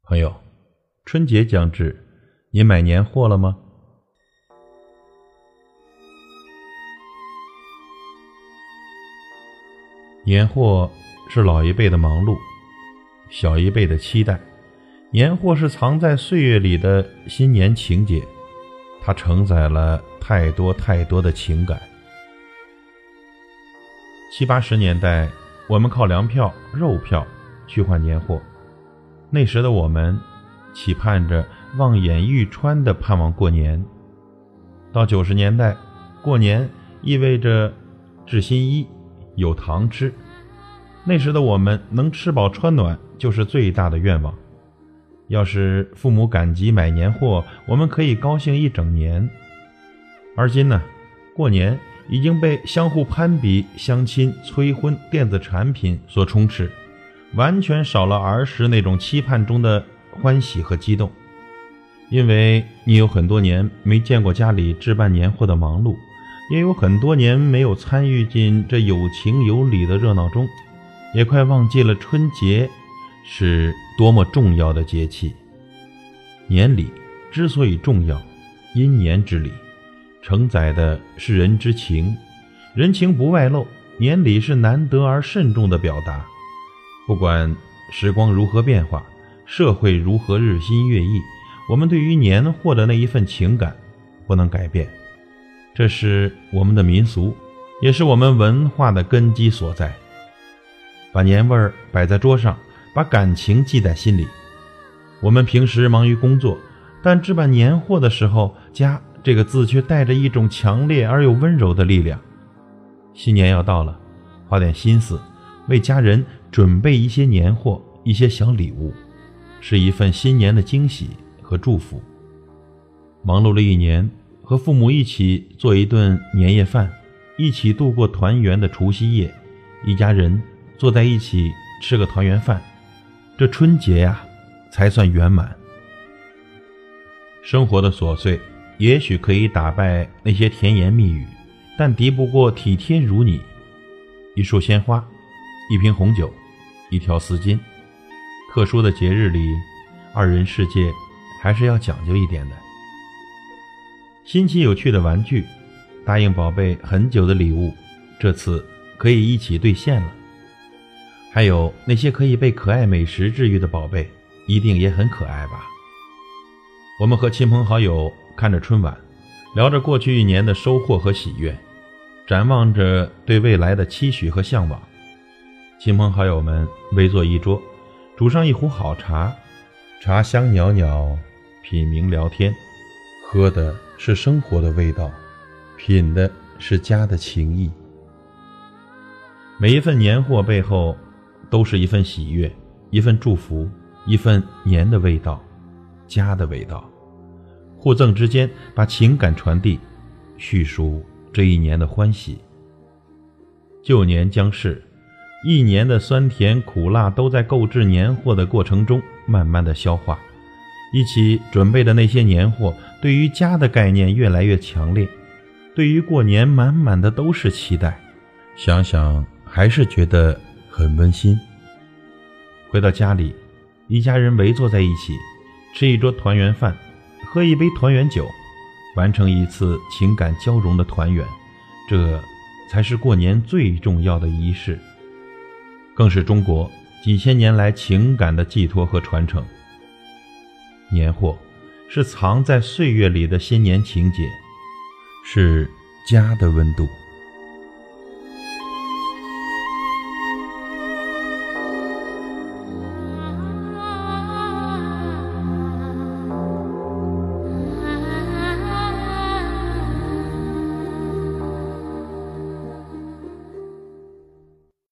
朋友，春节将至，您买年货了吗？年货是老一辈的忙碌，小一辈的期待。年货是藏在岁月里的新年情节，它承载了太多太多的情感。70、80年代，我们靠粮票、肉票去换年货。那时的我们期盼着望眼欲穿地盼望过年。到90年代，过年意味着织新衣，有糖吃。那时的我们能吃饱穿暖就是最大的愿望。要是父母赶集买年货，我们可以高兴一整年。而今呢，过年已经被相互攀比、相亲、催婚、电子产品所充斥，完全少了儿时那种期盼中的欢喜和激动。因为你有很多年没见过家里置办年货的忙碌，也有很多年没有参与进这有情有理的热闹中，也快忘记了春节是多么重要的节气。年礼之所以重要，因年之礼，承载的是人之情，人情不外露，年礼是难得而慎重的表达。不管时光如何变化，社会如何日新月异，我们对于年货的那一份情感不能改变。这是我们的民俗，也是我们文化的根基所在。把年味儿摆在桌上，把感情记在心里。我们平时忙于工作，但置办年货的时候，家这个字却带着一种强烈而又温柔的力量。新年要到了，花点心思为家人准备一些年货，一些小礼物，是一份新年的惊喜和祝福。忙碌了一年，和父母一起做一顿年夜饭，一起度过团圆的除夕夜，一家人坐在一起吃个团圆饭，这春节呀，才算圆满。生活的琐碎也许可以打败那些甜言蜜语，但敌不过体贴如你。一束鲜花，一瓶红酒，一条丝巾。特殊的节日里，二人世界还是要讲究一点的。新奇有趣的玩具，答应宝贝很久的礼物，这次可以一起兑现了。还有那些可以被可爱美食治愈的宝贝，一定也很可爱吧。我们和亲朋好友看着春晚，聊着过去一年的收获和喜悦，展望着对未来的期许和向往。亲朋好友们围坐一桌，煮上一壶好茶，茶香袅袅，品茗聊天，喝的是生活的味道，品的是家的情谊。每一份年货背后都是一份喜悦，一份祝福，一份年的味道，家的味道。互赠之间把情感传递，叙述这一年的欢喜。旧年将逝，一年的酸甜苦辣都在购置年货的过程中慢慢的消化。一起准备的那些年货，对于家的概念越来越强烈，对于过年满满的都是期待。想想还是觉得很温馨。回到家里，一家人围坐在一起，吃一桌团圆饭，喝一杯团圆酒，完成一次情感交融的团圆，这才是过年最重要的仪式，更是中国几千年来情感的寄托和传承。年货是藏在岁月里的新年情节，是家的温度。